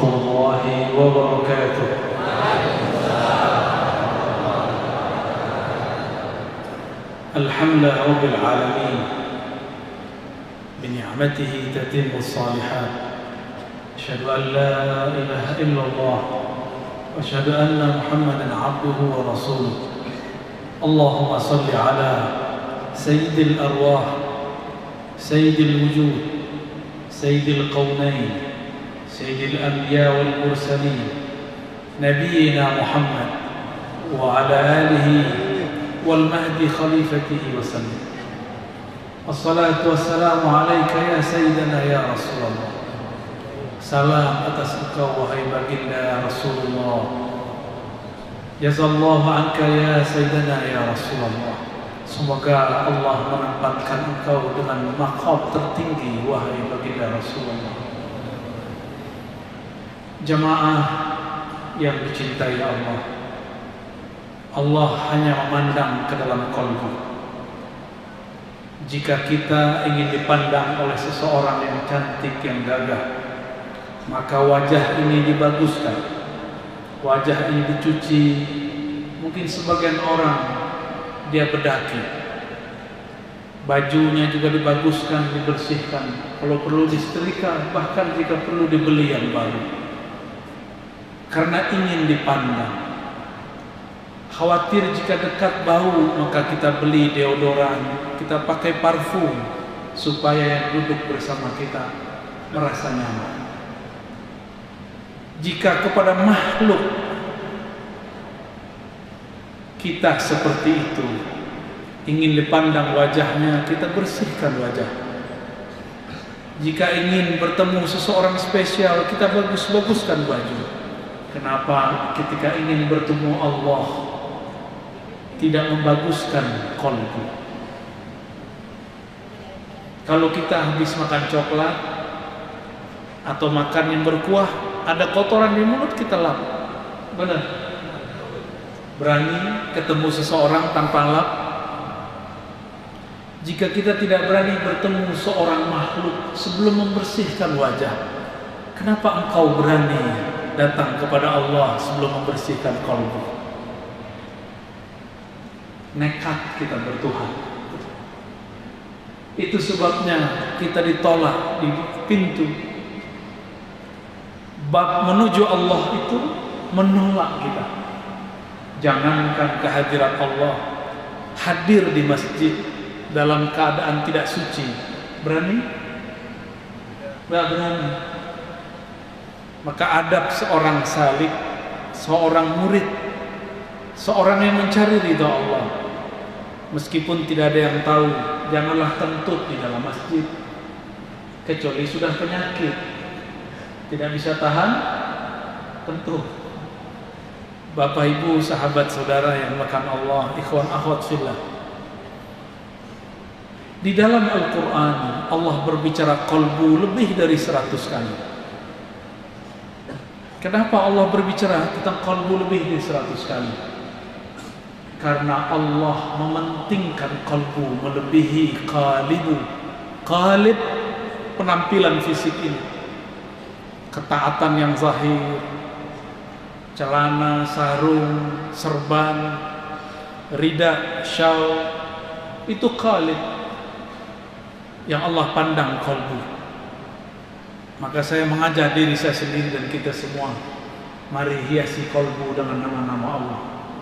warahmatullahi wabarakatuh. Alhamdulillah rabbil alamin, bi ni'matihi tatimmu shalihat. Asyhadu an la ilaha illallah wa asyhadu anna Muhammadan abduhu wa rasuluh. Allahumma salli ala sayyidil arwah, sayyidil wujud, sayyidil qawnain, sayyidil anbiya wal mursalin, nabiyyina Muhammad wa ala alihi wal mahdi khalifatihi wa sallam. Assalatu wassalamu alayka ya sayyidana ya Rasulullah. Salam atas engkau wahai baginda ya Rasulullah. Jazallahu anka ya sayyidana ya Rasulullah. Semoga Allah menempatkan engkau dengan maqam tertinggi wahai baginda Rasulullah. Jamaah yang dicintai Allah, Allah hanya memandang ke dalam qalbu. Jika kita ingin dipandang oleh seseorang yang cantik, yang gagah, maka wajah ini dibaguskan, wajah ini dicuci. Mungkin sebagian orang dia bedaki, bajunya juga dibaguskan, dibersihkan, kalau perlu disetrika, bahkan jika perlu dibeli yang baru, karena ingin dipandang. Khawatir jika dekat bau, maka kita beli deodoran, kita pakai parfum, supaya yang duduk bersama kita merasa nyaman. Jika kepada makhluk kita seperti itu, ingin dipandang wajahnya, kita bersihkan wajah. Jika ingin bertemu seseorang spesial, kita bagus-baguskan baju. Kenapa ketika ingin bertemu Allah tidak membaguskan qalbu? Kalau kita habis makan coklat atau makan yang berkuah, ada kotoran di mulut, kita lap. Benar? Berani ketemu seseorang tanpa lap? Jika kita tidak berani bertemu seorang makhluk sebelum membersihkan wajah, kenapa engkau berani datang kepada Allah sebelum membersihkan qalbu? Nekat kita bertuhan. Itu sebabnya kita ditolak di pintu. Bab menuju Allah itu menolak kita. Jangankan kehadiran Allah, hadir di masjid dalam keadaan tidak suci, berani? Tidak berani. Maka adab seorang salik, seorang murid, seorang yang mencari ridha Allah, meskipun tidak ada yang tahu, janganlah kentut di dalam masjid, kecuali sudah penyakit, tidak bisa tahan kentut. Bapak ibu sahabat saudara yang melakukan Allah, ikhwan akhwat fillah, di dalam Al-Quran Allah berbicara qalbu lebih dari 100 kali. Kenapa Allah berbicara tentang qalbu lebih dari 100 kali? Karena Allah mementingkan qalbu melebihi qalibu. Qalib, penampilan fisik ini, ketaatan yang zahir, celana, sarung, serban, rida, shawl, itu qalib yang Allah pandang qalbu. Maka saya mengajak diri saya sendiri dan kita semua, mari hiasi qalbu dengan nama-nama Allah.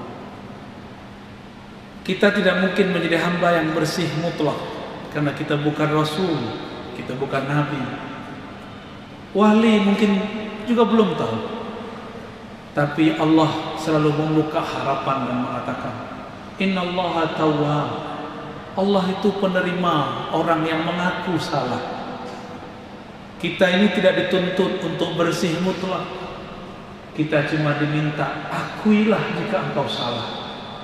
Kita tidak mungkin menjadi hamba yang bersih mutlak, karena kita bukan Rasul, kita bukan Nabi. Wali mungkin juga belum tahu, tapi Allah selalu membuka harapan dan mengatakan, Innallaha tawwab. Allah itu penerima orang yang mengaku salah. Kita ini tidak dituntut untuk bersih mutlak. Kita cuma diminta, akuilah jika engkau salah.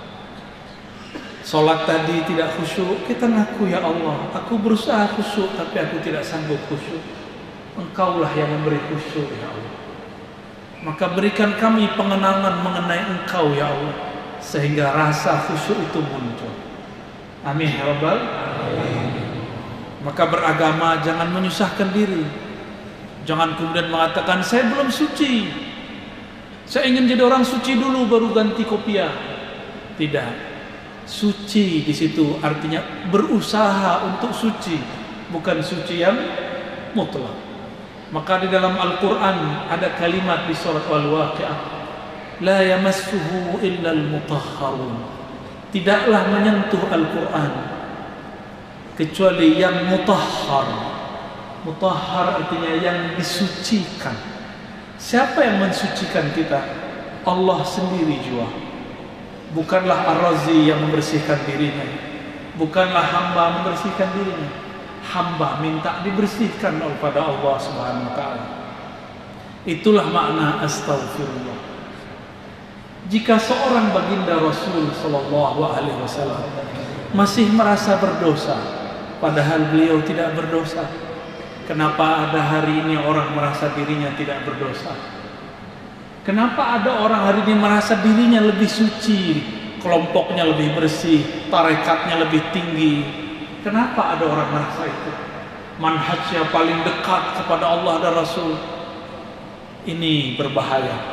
Salat tadi tidak khusyuk, kita ngaku, ya Allah, aku berusaha khusyuk tapi aku tidak sanggup khusyuk. Engkaulah yang memberi khusyuk, ya Allah. Maka berikan kami pengenangan mengenai Engkau, ya Allah, sehingga rasa khusyuk itu muncul. Amin ya Rabbal alamin. Maka beragama jangan menyusahkan diri. Jangan kemudian mengatakan saya belum suci, saya ingin jadi orang suci dulu baru ganti kopiah. Tidak. Suci di situ artinya berusaha untuk suci, bukan suci yang mutlak. Maka di dalam Al-Quran ada kalimat di surat Al-Waqi'ah, la yamassuhu illa al-mutahharun. Tidaklah menyentuh Al-Quran kecuali yang mutahhar. Mutahhar artinya yang disucikan. Siapa yang mensucikan kita? Allah sendiri jua. Bukanlah Ar-Razi yang membersihkan dirinya, bukanlah hamba membersihkan dirinya. Hamba minta dibersihkan oleh Allah Subhanahu wa taala. Itulah makna astaghfirullah. Jika seorang baginda Rasul sallallahu alaihi wasallam masih merasa berdosa padahal beliau tidak berdosa, kenapa ada hari ini orang merasa dirinya tidak berdosa? Kenapa ada orang hari ini merasa dirinya lebih suci, kelompoknya lebih bersih, tarekatnya lebih tinggi? Kenapa ada orang merasa itu? Manhajnya paling dekat kepada Allah dan Rasul. Ini berbahaya.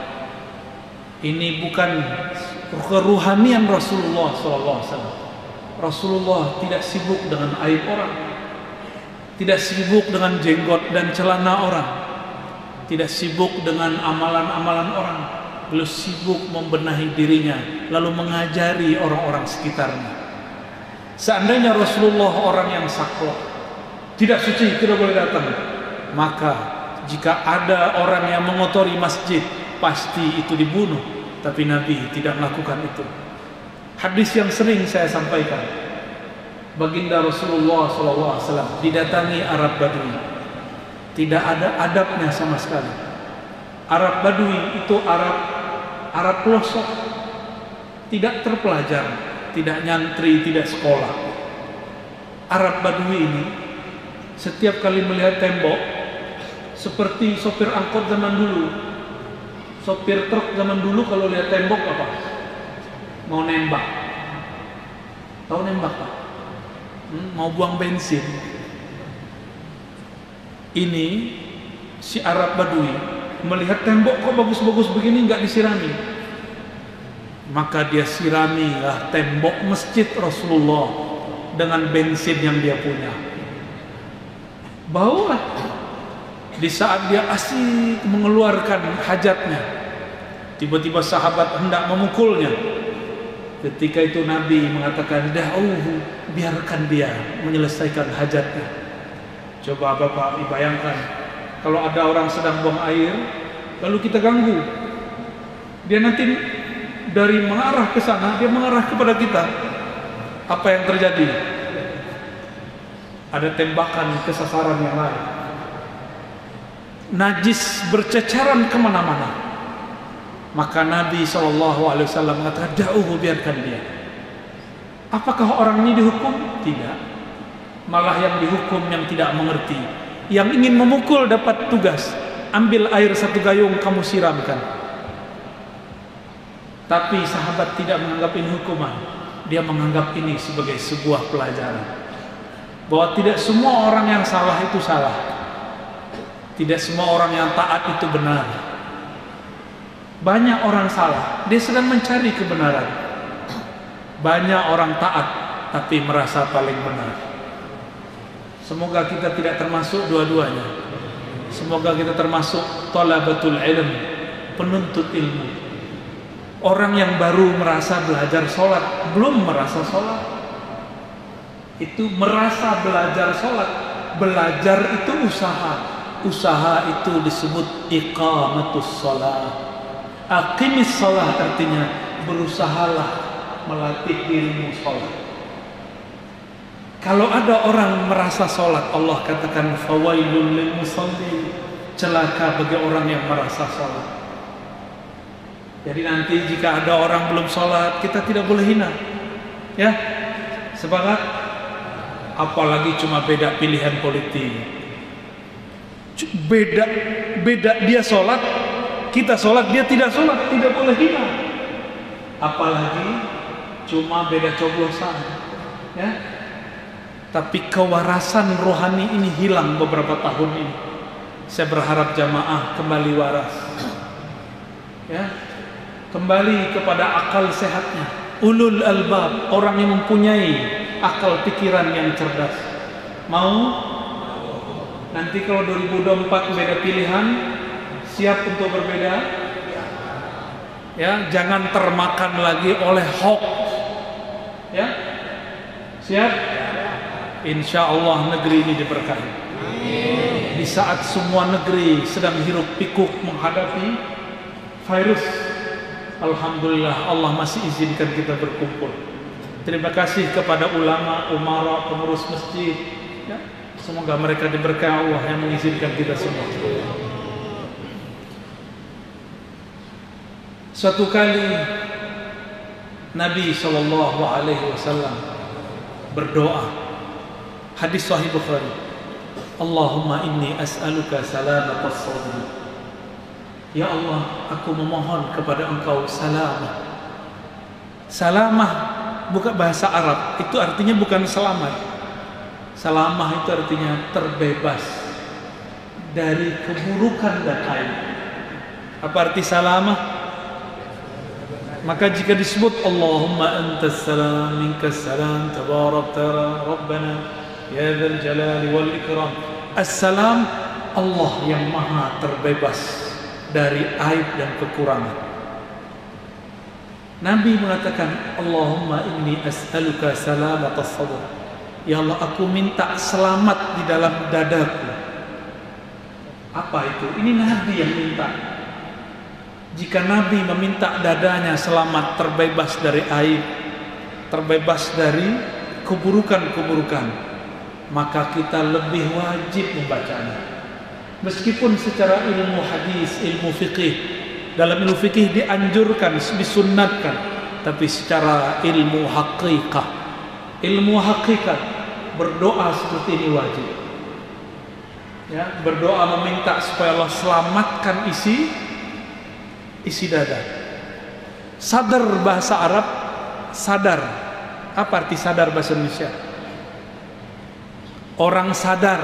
Ini bukan keruhanian Rasulullah SAW. Rasulullah tidak sibuk dengan aib orang, tidak sibuk dengan jenggot dan celana orang, tidak sibuk dengan amalan-amalan orang. Beliau sibuk membenahi dirinya, lalu mengajari orang-orang sekitarnya. Seandainya Rasulullah orang yang saklek, tidak suci, tidak boleh datang, maka jika ada orang yang mengotori masjid, pasti itu dibunuh. Tapi Nabi tidak melakukan itu. Hadis yang sering saya sampaikan, baginda Rasulullah SAW didatangi Arab Badui, tidak ada adabnya sama sekali. Arab Badui itu Arab pelosok, tidak terpelajar, tidak nyantri, tidak sekolah. Arab Badui ini setiap kali melihat tembok, seperti sopir angkot zaman dulu, sopir truk zaman dulu kalau lihat tembok apa? Mau nembak. Tahu nembak Pak? Mau buang bensin. Ini si Arab Badui melihat tembok kok bagus-bagus begini nggak disirami, maka dia siramilah tembok masjid Rasulullah dengan bensin yang dia punya. Bawalah. Di saat dia asik mengeluarkan hajatnya, tiba-tiba sahabat hendak memukulnya. Ketika itu Nabi mengatakan, da'uhu, biarkan dia menyelesaikan hajatnya. Coba Bapak bayangkan, kalau ada orang sedang buang air, lalu kita ganggu, dia nanti dari mengarah ke sana, dia mengarah kepada kita. Apa yang terjadi? Ada tembakan ke sasaran yang lain. Najis berceceran kemana-mana. Maka Nabi SAW mengatakan, da'uhu, biarkan dia. Apakah orang ini dihukum? Tidak. Malah yang dihukum yang tidak mengerti. Yang ingin memukul dapat tugas, ambil air 1 gayung, kamu siramkan. Tapi sahabat tidak menganggap ini hukuman. Dia menganggap ini sebagai sebuah pelajaran, bahwa tidak semua orang yang salah itu salah, tidak semua orang yang taat itu benar. Banyak orang salah, dia sedang mencari kebenaran. Banyak orang taat, tapi merasa paling benar. Semoga kita tidak termasuk dua-duanya. Semoga kita termasuk talabatul ilm, penuntut ilmu. Orang yang baru merasa belajar sholat, belum merasa sholat. Itu merasa belajar sholat. Belajar itu usaha. Usaha itu disebut iqamatus sholat. Aqimis sholat artinya berusahalah melatih dirimu sholat. Kalau ada orang merasa sholat, Allah katakan fawailul lil musallin, celaka bagi orang yang merasa sholat. Jadi nanti jika ada orang belum sholat, kita tidak boleh hina, ya, sepakat? Apalagi cuma beda pilihan politik, beda dia sholat, kita sholat, dia tidak sholat, tidak boleh hina. Apalagi cuma beda coblosan, ya. Tapi kewarasan rohani ini hilang beberapa tahun ini. Saya berharap jamaah kembali waras, ya, kembali kepada akal sehatnya. Ulul albab, orang yang mempunyai akal pikiran yang cerdas. Mau? Nanti kalau 2024 beda pilihan, siap untuk berbeda? Ya, jangan termakan lagi oleh hoax. Ya, siap? Insya Allah negeri ini diberkahi. Di saat semua negeri sedang hiruk pikuk menghadapi virus, alhamdulillah Allah masih izinkan kita berkumpul. Terima kasih kepada ulama, umara, pengurus masjid, ya. Semoga mereka diberkahi Allah yang mengizinkan kita semua. Suatu kali Nabi SAW berdoa, hadis Sahih Bukhari, Allahumma inni as'aluka salamatas sadri. Ya Allah, aku memohon kepada Engkau salamah. Salamah bukan bahasa Arab, itu artinya bukan selamat. Salamah itu artinya terbebas dari keburukan dan aib. Apa arti salamah? Maka jika disebut Allahumma antas salam minkas salam tabarakta rabbana ya dzal jalali wal ikram. Assalam, Allah yang maha terbebas dari aib dan kekurangan. Nabi mengatakan, Allahumma inni as'aluka salamatas sadr. Ya Allah, aku minta selamat di dalam dadaku. Apa itu? Ini Nabi yang minta. Jika Nabi meminta dadanya selamat, terbebas dari aib, terbebas dari keburukan-keburukan, maka kita lebih wajib membacanya. Meskipun secara ilmu hadis, ilmu fikih, dalam ilmu fikih dianjurkan, disunnatkan, tapi secara ilmu hakikat, berdoa seperti ini wajib. Ya, berdoa meminta supaya Allah selamatkan isi dada. Sadar bahasa Arab, sadar. Apa arti sadar bahasa Indonesia? Orang sadar.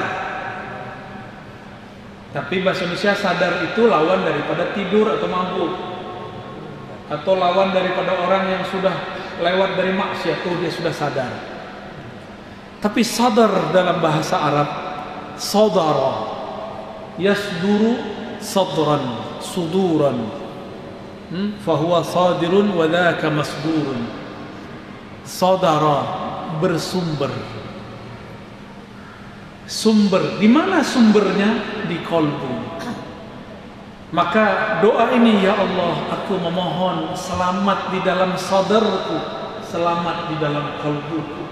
Tapi bahasa Indonesia sadar itu lawan daripada tidur atau mabuk, atau lawan daripada orang yang sudah lewat dari maksiat. Oh, dia sudah sadar. Tapi sadar dalam bahasa Arab, sadara, yasduru sadran, suduran, fahuwa sadirun wa dhaka masdurun. Sadara, bersumber. Sumber, di mana sumbernya? Di kolbu. Maka doa ini, ya Allah, aku memohon selamat di dalam sadarku, selamat di dalam kolbuku.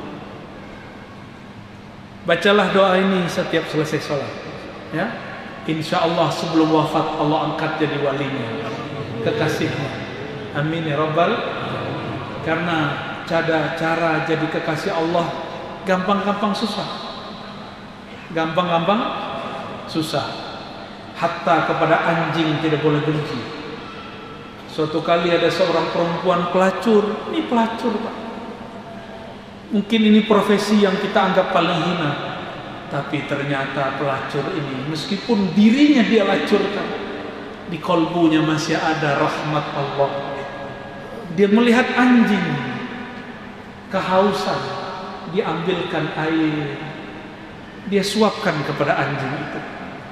Bacalah doa ini setiap selesai sholat, ya. Insya Allah sebelum wafat Allah angkat jadi walinya, kekasihnya. Amin ya Rabbal. Karena cara jadi kekasih Allah gampang-gampang susah. Gampang-gampang susah. Hatta kepada anjing tidak boleh benci. Suatu kali ada seorang perempuan pelacur. Ini pelacur, Pak. Mungkin ini profesi yang kita anggap paling hina, tapi ternyata pelacur ini, meskipun dirinya dia lacurkan, di kolbunya masih ada rahmat Allah. Dia melihat anjing kehausan, diambilkan air, dia suapkan kepada anjing itu.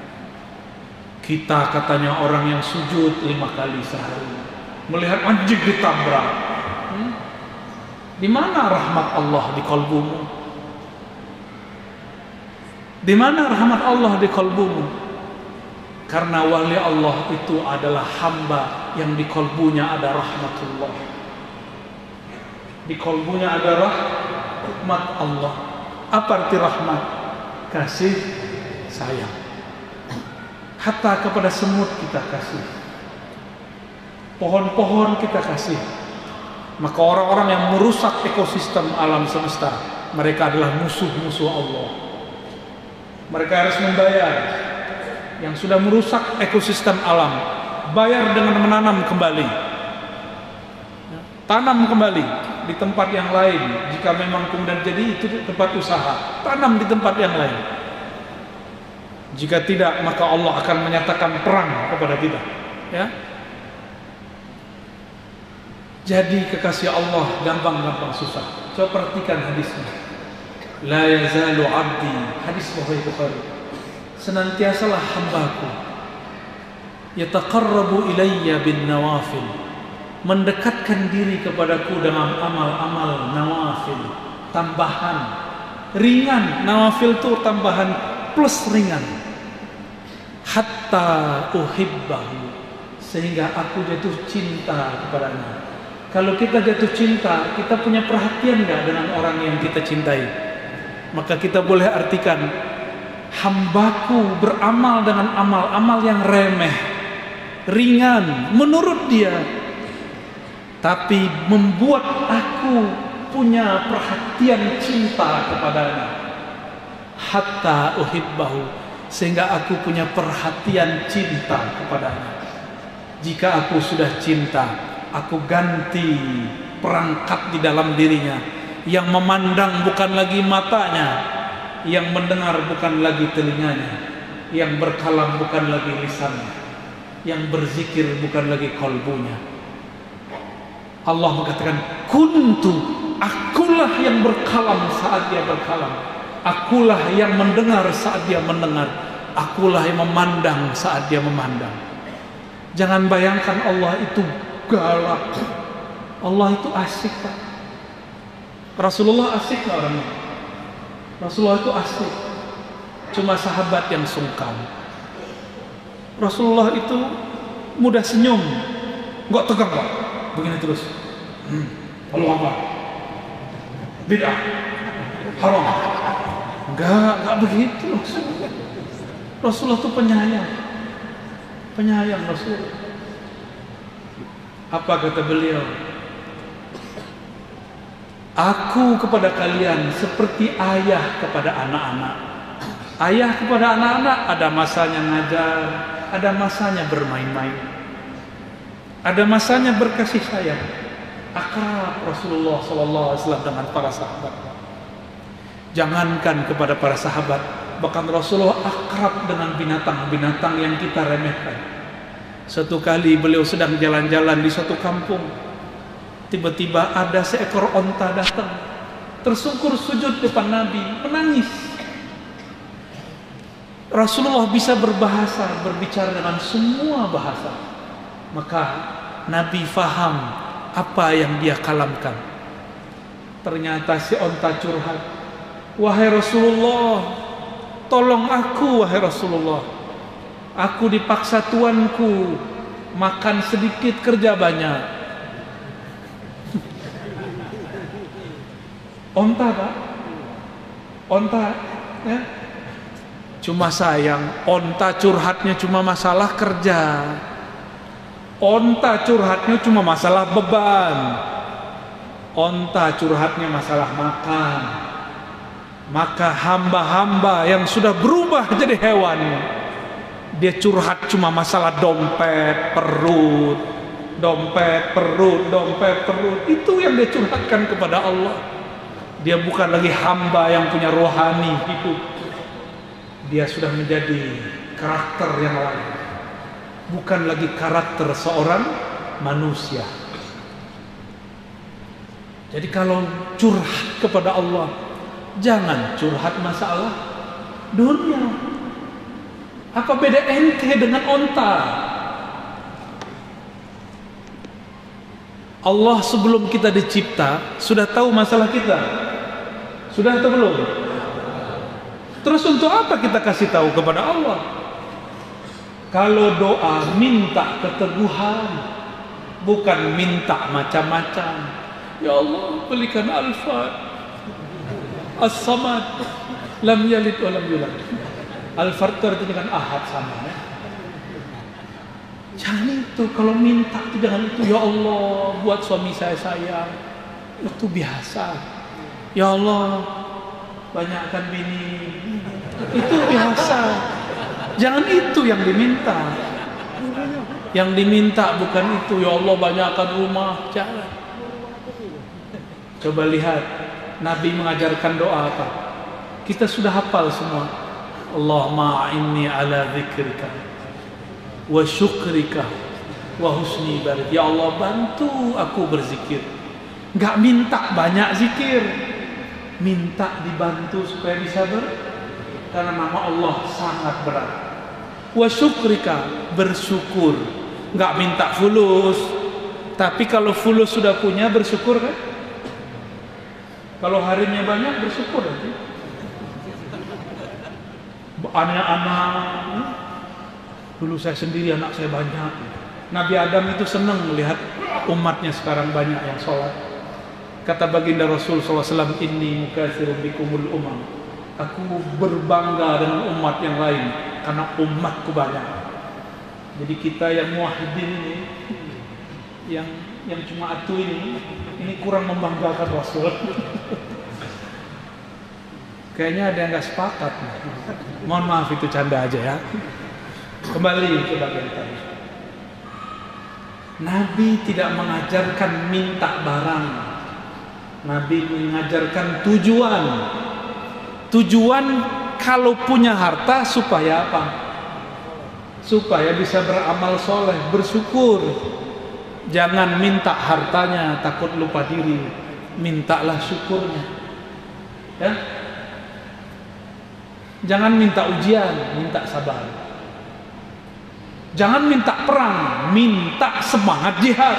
Kita katanya orang yang sujud 5 kali sehari, melihat anjing ditabrak. Di mana rahmat Allah di kolbumu? Di mana rahmat Allah di kolbumu? Karena wali Allah itu adalah hamba yang di kolbunya ada rahmatullah. Di kolbunya ada rahmat Allah. Apa arti rahmat? Kasih sayang. Hatta kepada semut kita kasih, pohon-pohon kita kasih. Maka orang-orang yang merusak ekosistem alam semesta, mereka adalah musuh-musuh Allah. Mereka harus membayar. Yang sudah merusak ekosistem alam, bayar dengan menanam kembali. Tanam kembali di tempat yang lain. Jika memang kemudian jadi itu tempat usaha, tanam di tempat yang lain. Jika tidak, maka Allah akan menyatakan perang kepada kita. Ya. Jadi kekasih Allah gampang-gampang susah. Coba perhatikan hadisnya. La yazalu abdi, hadis Sahih Bukhari. Senantiasalah hambaku yataqarrabu ilayya bin nawafil, mendekatkan diri kepadaku dengan amal-amal nawafil, tambahan, ringan. Nawafil itu tambahan plus ringan. Hatta uhibbahu, sehingga aku jatuh cinta kepadanya. Kalau kita jatuh cinta, kita punya perhatian gak dengan orang yang kita cintai? Maka kita boleh artikan, hambaku beramal dengan amal-amal yang remeh, ringan menurut dia, tapi membuat aku punya perhatian cinta kepadanya. Hatta uhibbahu, sehingga aku punya perhatian cinta kepadanya. Jika aku sudah cinta, aku ganti perangkat di dalam dirinya. Yang memandang bukan lagi matanya, yang mendengar bukan lagi telinganya, yang berkalam bukan lagi lisannya, yang berzikir bukan lagi kalbunya. Allah mengatakan, kuntu, akulah yang berkalam saat dia berkalam, akulah yang mendengar saat dia mendengar, akulah yang memandang saat dia memandang. Jangan bayangkan Allah itu galak, Allah itu asik, Pak. Rasulullah asik gak orangnya? Rasulullah itu asik, cuma sahabat yang sungkan. Rasulullah itu mudah senyum, nggak tegang, Pak, begini terus. Kalau apa? Bid'ah, haram. Enggak begitu. Rasulullah itu penyayang Rasulullah. Apa kata beliau? Aku kepada kalian seperti ayah kepada anak-anak. Ayah kepada anak-anak, ada masanya ngajar, ada masanya bermain-main, ada masanya berkasih sayang. Akrab Rasulullah SAW dengan para sahabat. Jangankan kepada para sahabat, bahkan Rasulullah akrab dengan binatang-binatang yang kita remehkan. Suatu kali beliau sedang jalan-jalan di suatu kampung, tiba-tiba ada seekor onta datang, tersungkur sujud depan Nabi, menangis. Rasulullah bisa berbicara dengan semua bahasa. Maka Nabi faham apa yang dia kalamkan. Ternyata si onta curhat, wahai Rasulullah, tolong aku wahai Rasulullah. Aku dipaksa tuanku, makan sedikit kerja banyak. Onta, Pak, onta, ya. Cuma sayang, onta curhatnya cuma masalah kerja, onta curhatnya cuma masalah beban, onta curhatnya masalah makan. Maka hamba-hamba yang sudah berubah jadi hewan, dia curhat cuma masalah dompet, perut, dompet, perut, dompet, perut. Itu yang dia curhatkan kepada Allah. Dia bukan lagi hamba yang punya rohani hidup. Dia sudah menjadi karakter yang lain, bukan lagi karakter seorang manusia. Jadi kalau curhat kepada Allah, jangan curhat masalah dunia. Apa beda ente dengan onta? Allah sebelum kita dicipta sudah tahu masalah kita. Sudah atau belum? Terus untuk apa kita kasih tahu kepada Allah? Kalau doa minta keteguhan, bukan minta macam-macam. Ya Allah, berikan Al-Fat, As-Samad, lam yalid wa lam yulad. Al-Fat itu dengan ahad sama, ya. Jangan itu, kalau minta itu jangan itu. Ya Allah, buat suami saya sayang. Itu biasa. Ya Allah, banyakkan bini. Itu biasa. Jangan itu yang diminta. Yang diminta bukan itu. Ya Allah, banyakkan rumah. Jangan. Coba lihat Nabi mengajarkan doa apa. Kita sudah hafal semua. Allahumma a'inni ala dzikrika wa syukrika wa husni ibadat. Ya Allah, bantu aku berzikir. Nggak minta banyak zikir, minta dibantu supaya bisa karena nama Allah sangat berat. Wa syukrika, bersyukur. Nggak minta fulus, tapi kalau fulus sudah punya, bersyukur kan? Kalau harinya banyak, bersyukur nanti. Anak-anak, dulu saya sendiri, anak saya banyak. Nabi Adam itu senang melihat umatnya sekarang banyak yang sholat. Kata baginda Rasul SAW, inni mukatsirun bikumul umam. Aku berbangga dengan umat yang lain karena umatku banyak. Jadi kita yang muwahhidin ini, yang cuma atu ini kurang membanggakan Rasul. Kayaknya ada yang nggak sepakat. Mohon maaf, itu canda aja ya. Kembali ke bagian tadi. Nabi tidak mengajarkan minta barang. Nabi mengajarkan tujuan. Tujuan kalau punya harta supaya apa? Supaya bisa beramal soleh, bersyukur. Jangan minta hartanya takut lupa diri, mintalah syukurnya. Ya? Jangan minta ujian, minta sabar. Jangan minta perang, minta semangat jihad.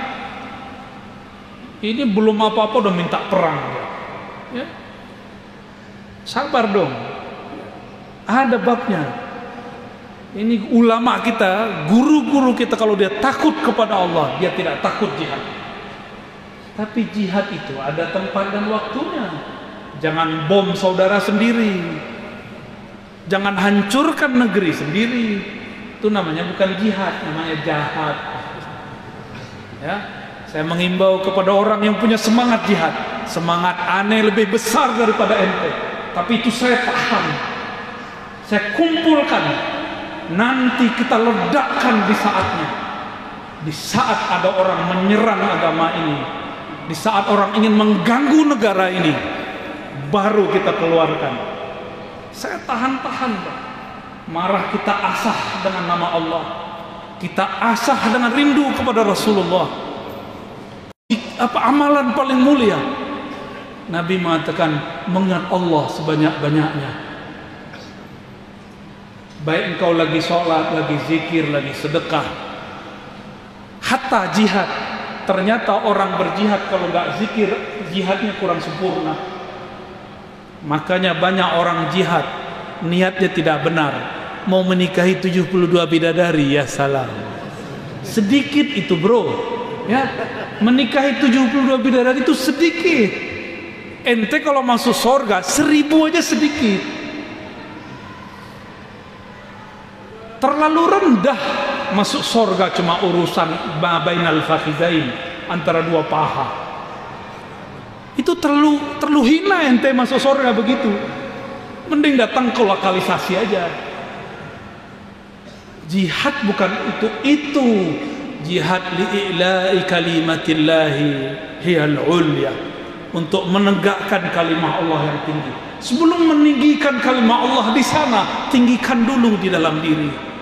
Ini belum apa-apa udah minta perang. Ya? Sabar dong. Ada babnya. Ini ulama kita, guru-guru kita, kalau dia takut kepada Allah, dia tidak takut jihad. Tapi jihad itu ada tempat dan waktunya. Jangan bom saudara sendiri. Jangan hancurkan negeri sendiri. Itu namanya bukan jihad, namanya jahat. Ya, saya mengimbau kepada orang yang punya semangat jihad. Semangat aneh lebih besar daripada ente. Tapi itu saya paham. Saya kumpulkan. Nanti kita ledakkan di saatnya. Di saat ada orang menyerang agama ini, di saat orang ingin mengganggu negara ini, baru kita keluarkan. Saya tahan-tahan, Pak. Marah kita asah dengan nama Allah, kita asah dengan rindu kepada Rasulullah. Apa amalan paling mulia? Nabi mengatakan, mengingat Allah sebanyak-banyaknya. Baik engkau lagi sholat, lagi zikir, lagi sedekah, hatta jihad. Ternyata orang berjihad kalau nggak zikir, jihadnya kurang sempurna. Makanya banyak orang jihad niatnya tidak benar, mau menikahi 72 bidadari, ya salam. Sedikit itu bro, ya, menikahi 72 bidadari itu sedikit. Ente kalau masuk surga 1000 aja sedikit. Terlalu rendah masuk surga, cuma urusan bainal fakhidain, antara dua paha. Itu terlalu hina ente masuk surga begitu. Mending datang ke lokalisasi aja. Jihad bukan itu. Jihad li'ila'i kalimatillahi hiyal ulya, untuk menegakkan kalimah Allah yang tinggi. Sebelum meninggikan kalimah Allah di sana, tinggikan dulu di dalam diri.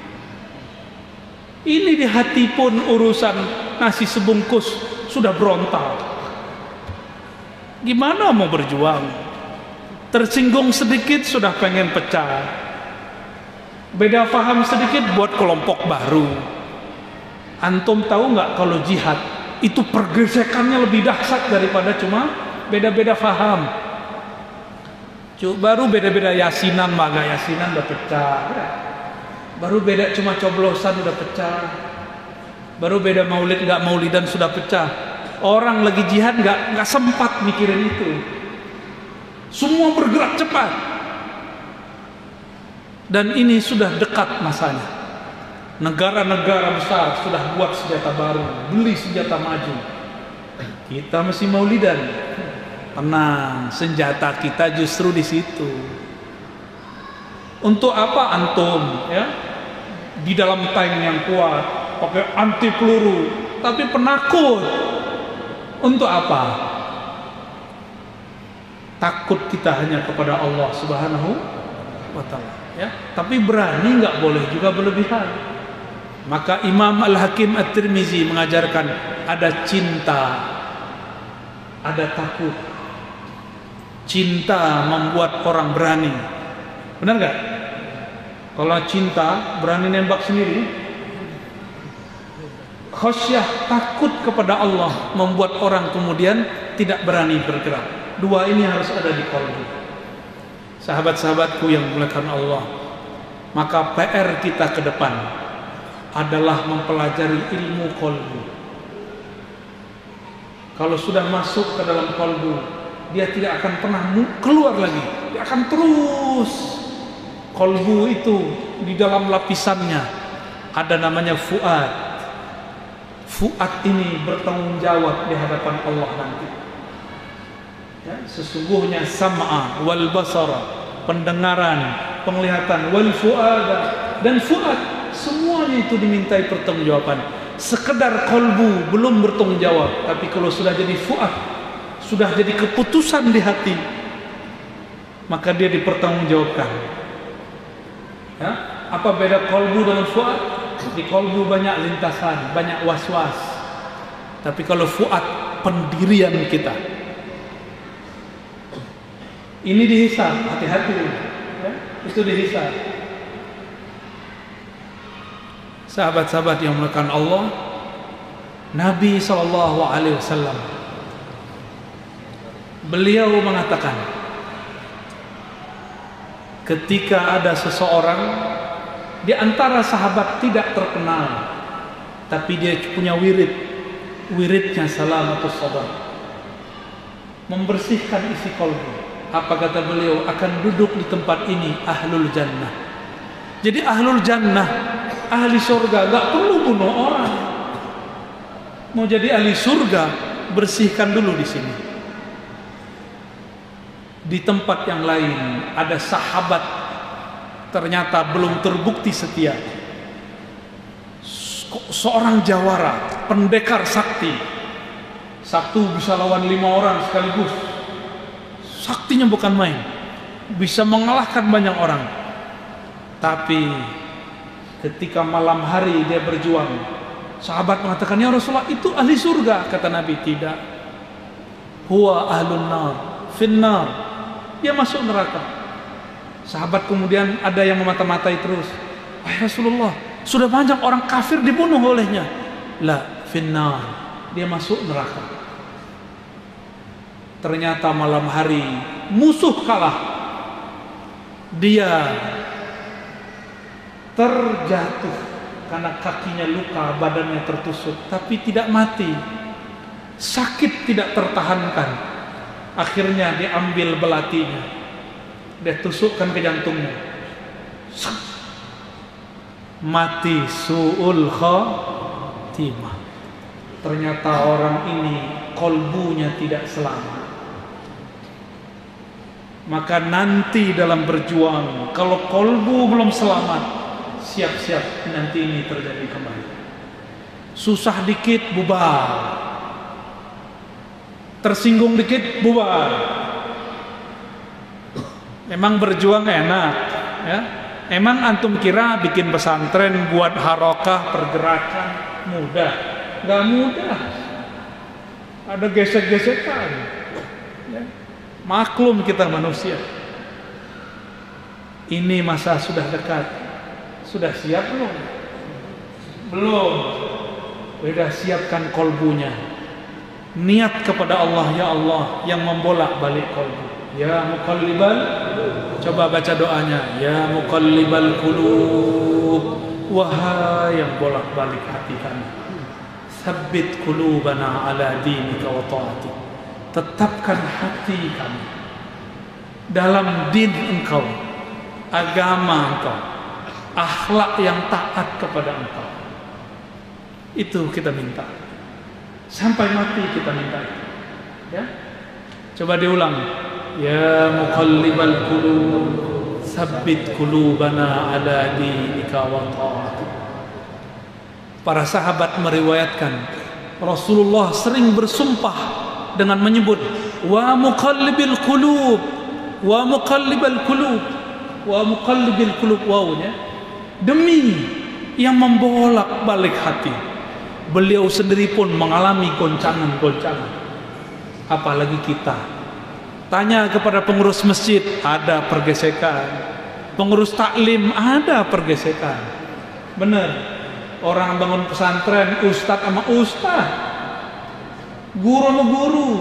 Ini di hati pun urusan nasi sebungkus sudah berontak. Gimana mau berjuang? Tersinggung sedikit sudah pengen pecah. Beda paham sedikit buat kelompok baru. Antum tahu nggak kalau jihad itu pergesekannya lebih dahsyat daripada cuma beda-beda paham. Baru beda-beda yasinan, maga yasinan udah pecah. Baru beda cuma coblosan udah pecah. Baru beda maulid nggak maulidan sudah pecah. Orang lagi jihad nggak sempat mikirin itu. Semua bergerak cepat. Dan ini sudah dekat masanya. Negara-negara besar sudah buat senjata baru, beli senjata maju. Kita masih maulidan. Tenang, senjata kita justru di situ. Untuk apa antum, ya? Di dalam tank yang kuat, pakai anti peluru, tapi penakut. Untuk apa? Takut kita hanya kepada Allah Subhanahu wa ta'ala, ya. Tapi berani nggak boleh juga berlebihan. Maka Imam Al-Hakim At-Tirmizi mengajarkan ada cinta, ada takut. Cinta membuat orang berani. Benar nggak? Kalau cinta berani nembak sendiri. Khasyah, takut kepada Allah, membuat orang kemudian tidak berani bergerak. Dua ini harus ada di qalbi. Sahabat-sahabatku yang dimuliakan Allah, maka PR kita ke depan adalah mempelajari ilmu qalbu. Kalau sudah masuk ke dalam qalbu, dia tidak akan pernah keluar lagi. Dia akan terus. Qalbu itu di dalam lapisannya ada namanya fuad. Fuad ini bertanggung jawab di hadapan Allah nanti. Ya, sesungguhnya sam'a wal basara, pendengaran, penglihatan, wal fuada, dan fuad, semuanya itu dimintai pertanggungjawaban. Sekedar qalbu belum bertanggung jawab, tapi kalau sudah jadi fuad, sudah jadi keputusan di hati, maka dia dipertanggungjawabkan. Ya, apa beda qalbu dengan fuad? Di qalbu banyak lintasan, banyak was-was. Tapi kalau fuad, pendirian kita. Ini dihisab, hati-hati. Ya, itu dihisab. Sahabat-sahabat yang dimuliakan Allah, Nabi SAW, beliau mengatakan, ketika ada seseorang di antara sahabat tidak terkenal, tapi dia punya wiridnya salamatus sadar, membersihkan isi qalbu. Apa kata beliau? Akan duduk di tempat ini ahlul jannah. Jadi ahlul jannah, ahli surga, gak perlu bunuh orang. Mau jadi ahli surga, bersihkan dulu di sini. Di tempat yang lain ada sahabat ternyata belum terbukti setia. Seorang jawara, pendekar sakti. Satu bisa lawan 5 orang sekaligus. Saktinya bukan main. Bisa mengalahkan banyak orang. Tapi ketika malam hari dia berjuang, sahabat mengatakan, ya Rasulullah, itu ahli surga. Kata Nabi, tidak. Huwa ahlun nar, finnar. Dia masuk neraka. Sahabat kemudian ada yang memata-matai terus. Wahai Rasulullah, sudah banyak orang kafir dibunuh olehnya. La, finnar. Dia masuk neraka. Ternyata malam hari musuh kalah. Dia terjatuh karena kakinya luka, badannya tertusuk, tapi tidak mati. Sakit tidak tertahankan. Akhirnya diambil belatinya, dia tusukkan ke jantungnya. Mati su'ul khatimah. Ternyata orang ini qalbunya tidak selamat. Maka nanti dalam berjuang, kalau qalbu belum selamat, siap-siap nanti ini terjadi kembali. Susah dikit bubar, tersinggung dikit bubar. Emang berjuang enak, ya? Emang antum kira bikin pesantren buat harokah pergerakan mudah? Gak mudah. Ada gesek-gesekan. Ya. Maklum kita manusia. Ini masa sudah dekat. Sudah siap belum? Belum. Sudah siapkan kolbunya. Niat kepada Allah, ya Allah, yang membolak balik kolbu. Ya muqallibal, coba baca doanya. Ya muqallibal qulub, wahai yang bolak balik hati kami, tsabbit qulubana ala dinika wa ta'atik. Tetapkan hati kami dalam din engkau, agama engkau, akhlak yang taat kepada engkau. Itu kita minta. Sampai mati kita minta itu. Ya. Coba diulang. Ya muqallibal qulub, tsabbit qulubana ala dinika wa ta'atik. Para sahabat meriwayatkan Rasulullah sering bersumpah dengan menyebut wa muqallibil qulub, wa muqallibal qulub. wa muqallibil qulub wawnya, demi yang membolak-balik hati. Beliau sendiri pun mengalami goncangan-goncangan. Apalagi kita. Tanya kepada pengurus masjid, ada pergesekan. Pengurus taklim, ada pergesekan. Benar. Orang bangun pesantren, ustadz sama ustadz, guru sama guru.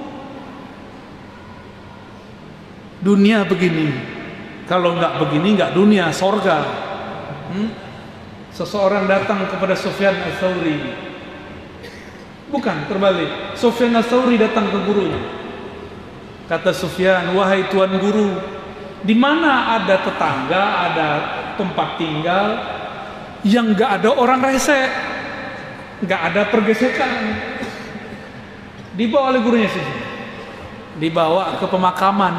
Dunia begini. Kalau nggak begini, nggak dunia, sorga. Seseorang datang kepada Sufyan Ats-Tsauri. Bukan, terbalik. Sufyan Ats-Tsauri datang ke gurunya. Kata Sufyan, wahai tuan guru, di mana ada tetangga, ada tempat tinggal yang nggak ada orang rese, nggak ada pergesekan. Dibawa oleh gurunya sini, dibawa ke pemakaman.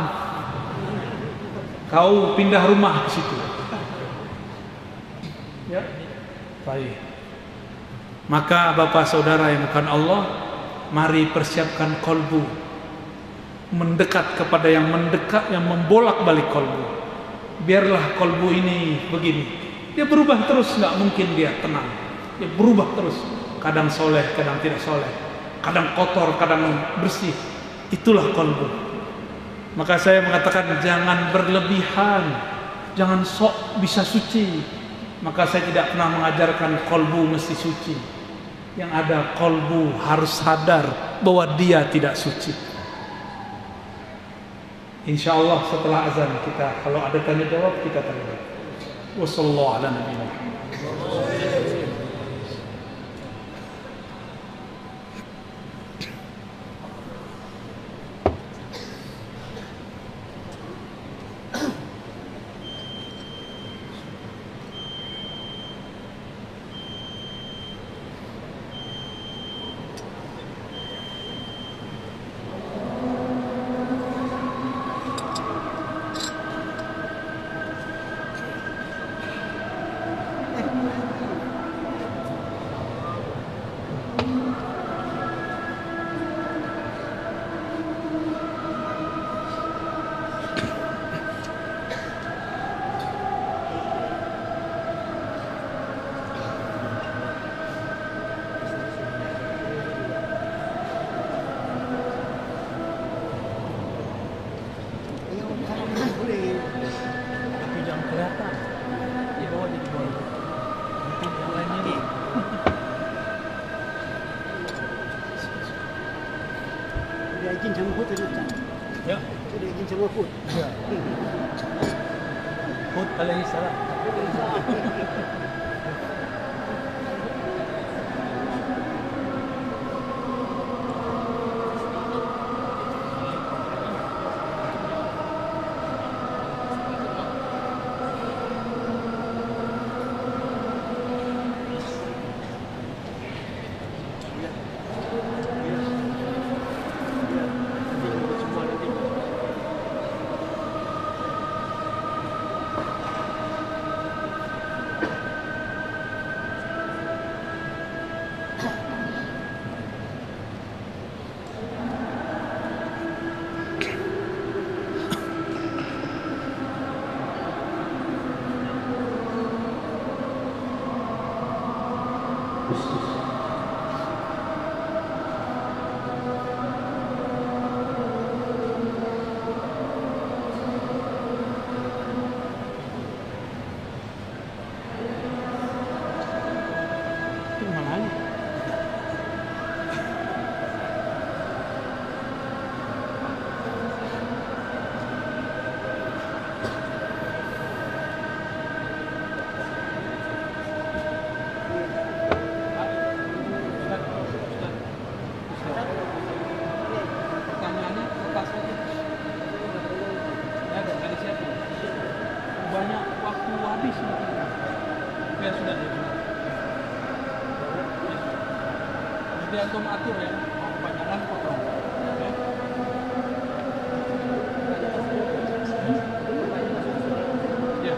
Kau pindah rumah ke situ. Ya, baik. Maka bapak saudara yang bukan Allah, mari persiapkan kolbu, mendekat kepada yang mendekat, yang membolak-balik kolbu. Biarlah kolbu ini begini, dia berubah terus, nggak mungkin dia tenang. Dia berubah terus, kadang soleh, kadang tidak soleh, kadang kotor, kadang bersih. Itulah kolbu. Maka saya mengatakan jangan berlebihan, jangan sok bisa suci. Maka saya tidak pernah mengajarkan kolbu mesti suci. Yang ada kolbu harus sadar bahwa dia tidak suci. Insya Allah setelah azan kita, kalau ada tanya jawab kita tanya. Wassallallahu ala nabiyina Muhammad. Ya. Hud alaihi salam. Antum atur ya, kebanyakan potong. Ya.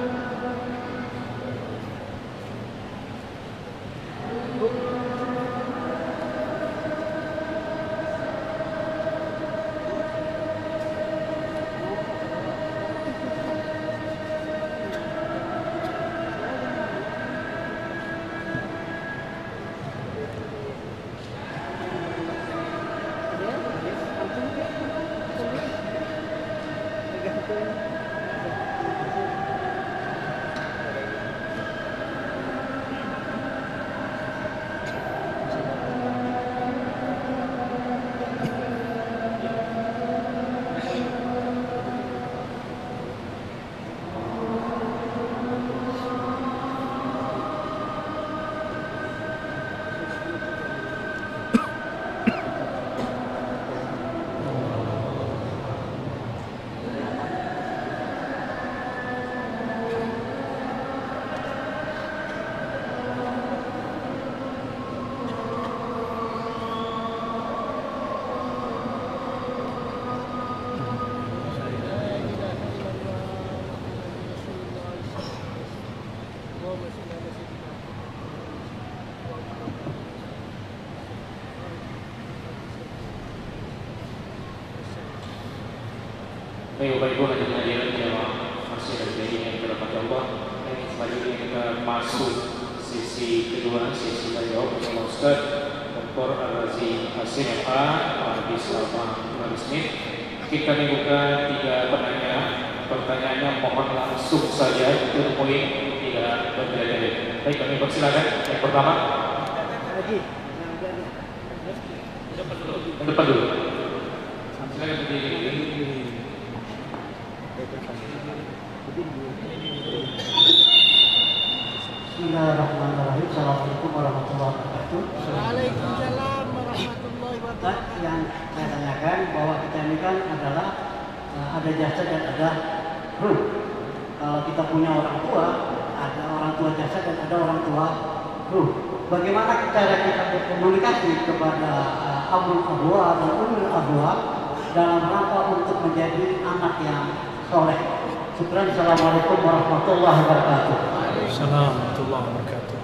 Baik Bapak Ibu hadirin hadirin jamaah masjid dari yang dirahmati Allah. Dan selanjutnya kita masuk sesi kedua, sesi tanya jawab bersama Ustaz Dr. Al-Razi As-SMA di selama 15 menit. Kita buka 3 pertanyaan. Pertanyaannya mohon langsung saja untuk poin tidak berbeda-beda. Baik, kami persilakan. Yang pertama. Depan dulu. Silakan berdiri. Bismillahirrahmanirrahim. Assalamualaikum warahmatullahi wabarakatuh. Waalaikumsalam warahmatullahi wabarakatuh. Yang saya tanyakan bahwa kita ini kan adalah ada jasad dan ada ruh. Kalau kita punya orang tua, ada orang tua jasad dan ada orang tua ruh. Bagaimana cara kita berkomunikasi kepada abul abwa dan umul abwa dalam rangka untuk menjadi anak yang soleh? Syukran. Assalamualaikum warahmatullahi wabarakatuh. Assalamualaikum warahmatullahi wabarakatuh.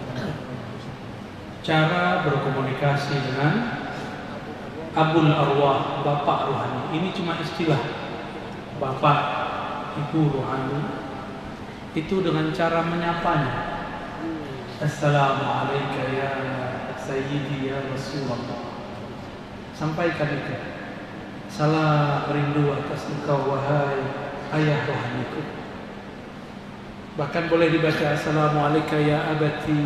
Cara berkomunikasi dengan abul arwah, bapak rohani, ini cuma istilah. Bapak, ibu rohani itu dengan cara menyapanya. Assalamualaikum ya Sayyidi ya Rasulullah. Sampaikan itu. Salam rindu atas engkau wahai ayah rohaniku. Bahkan boleh dibaca Assalamualaikum ya abati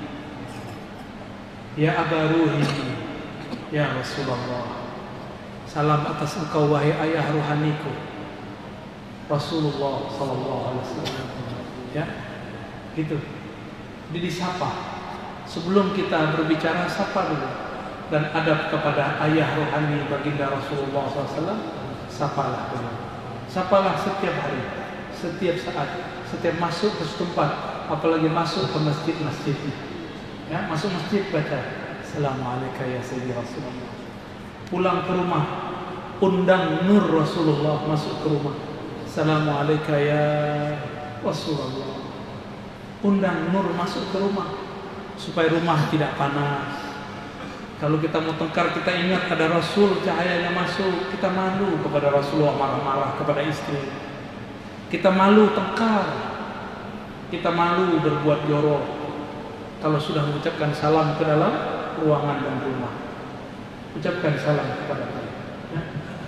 ya abaruhi ya Rasulullah. Salam atas engkau wahai ayah rohaniku Rasulullah sallallahu alaihi wasallam. Ya. Gitu. Jadi disapa. Sebelum kita berbicara, sapa dulu. Dan adab kepada ayah rohani baginda Rasulullah SAW, sapalah dulu. Sapalah setiap hari, setiap saat, setiap masuk ke setempat, apalagi masuk ke masjid-masjidnya. Ya, masuk masjid baca Assalamualaikum ya Sayyidi Rasulullah. Pulang ke rumah, undang nur Rasulullah masuk ke rumah. Assalamualaikum ya Rasulullah. Undang nur masuk ke rumah supaya rumah tidak panas. Kalau kita mau tengkar, kita ingat ada Rasul, cahayanya masuk. Kita malu kepada Rasulullah marah-marah kepada istri. Kita malu tengkar. Kita malu berbuat jorok kalau sudah mengucapkan salam ke dalam ruangan dan rumah. Ucapkan salam kepada dia. Ya.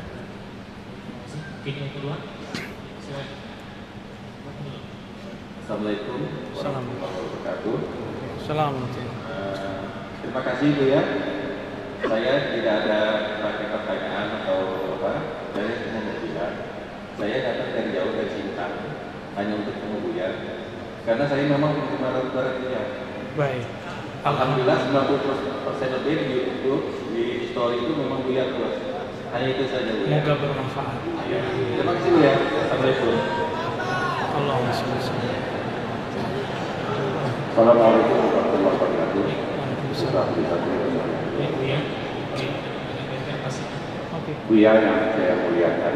Ini yang kedua. Assalamualaikum warahmatullahi wabarakatuh. Assalamualaikum. Terima kasih Bu ya. Saya tidak ada pakai pertanyaan atau apa. Saya cuma mau bilang, saya datang dari jauh dari Sintang hanya untuk ketemu Buya. Karena saya memang penggemar barat Buya. Baik. Alhamdulillah 90% lebih di YouTube, di story itu memang Buya terus. Hanya itu saja Bu ya. Semoga bermanfaat. Ya. Terima kasih Bu ya. Assalamualaikum. Allahumma shalli wa sallim. Assalamualaikum warahmatullahi wabarakatuh. Buya yang saya muliakan,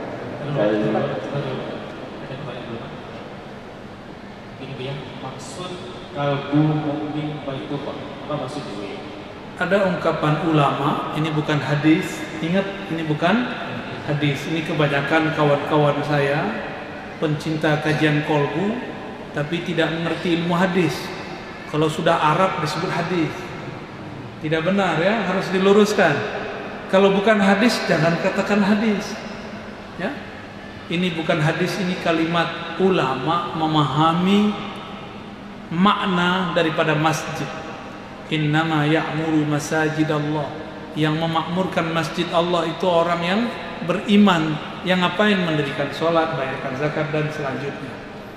ini Buya, maksud kalbu mukmin baitullah, apa maksudnya Buya? Ada ungkapan ulama, ini bukan hadis. Ingat, ini bukan hadis. Ini kebanyakan kawan-kawan saya pencinta kajian kolbu, tapi tidak mengerti ilmu hadis. Kalau sudah Arab disebut hadis. Tidak benar ya, harus diluruskan. Kalau bukan hadis, jangan katakan hadis. Ya, ini bukan hadis, ini kalimat ulama memahami makna daripada masjid. Innama ya'muru masajid Allah. Yang memakmurkan masjid Allah itu orang yang beriman, yang ngapain mendirikan sholat, bayarkan zakat dan selanjutnya.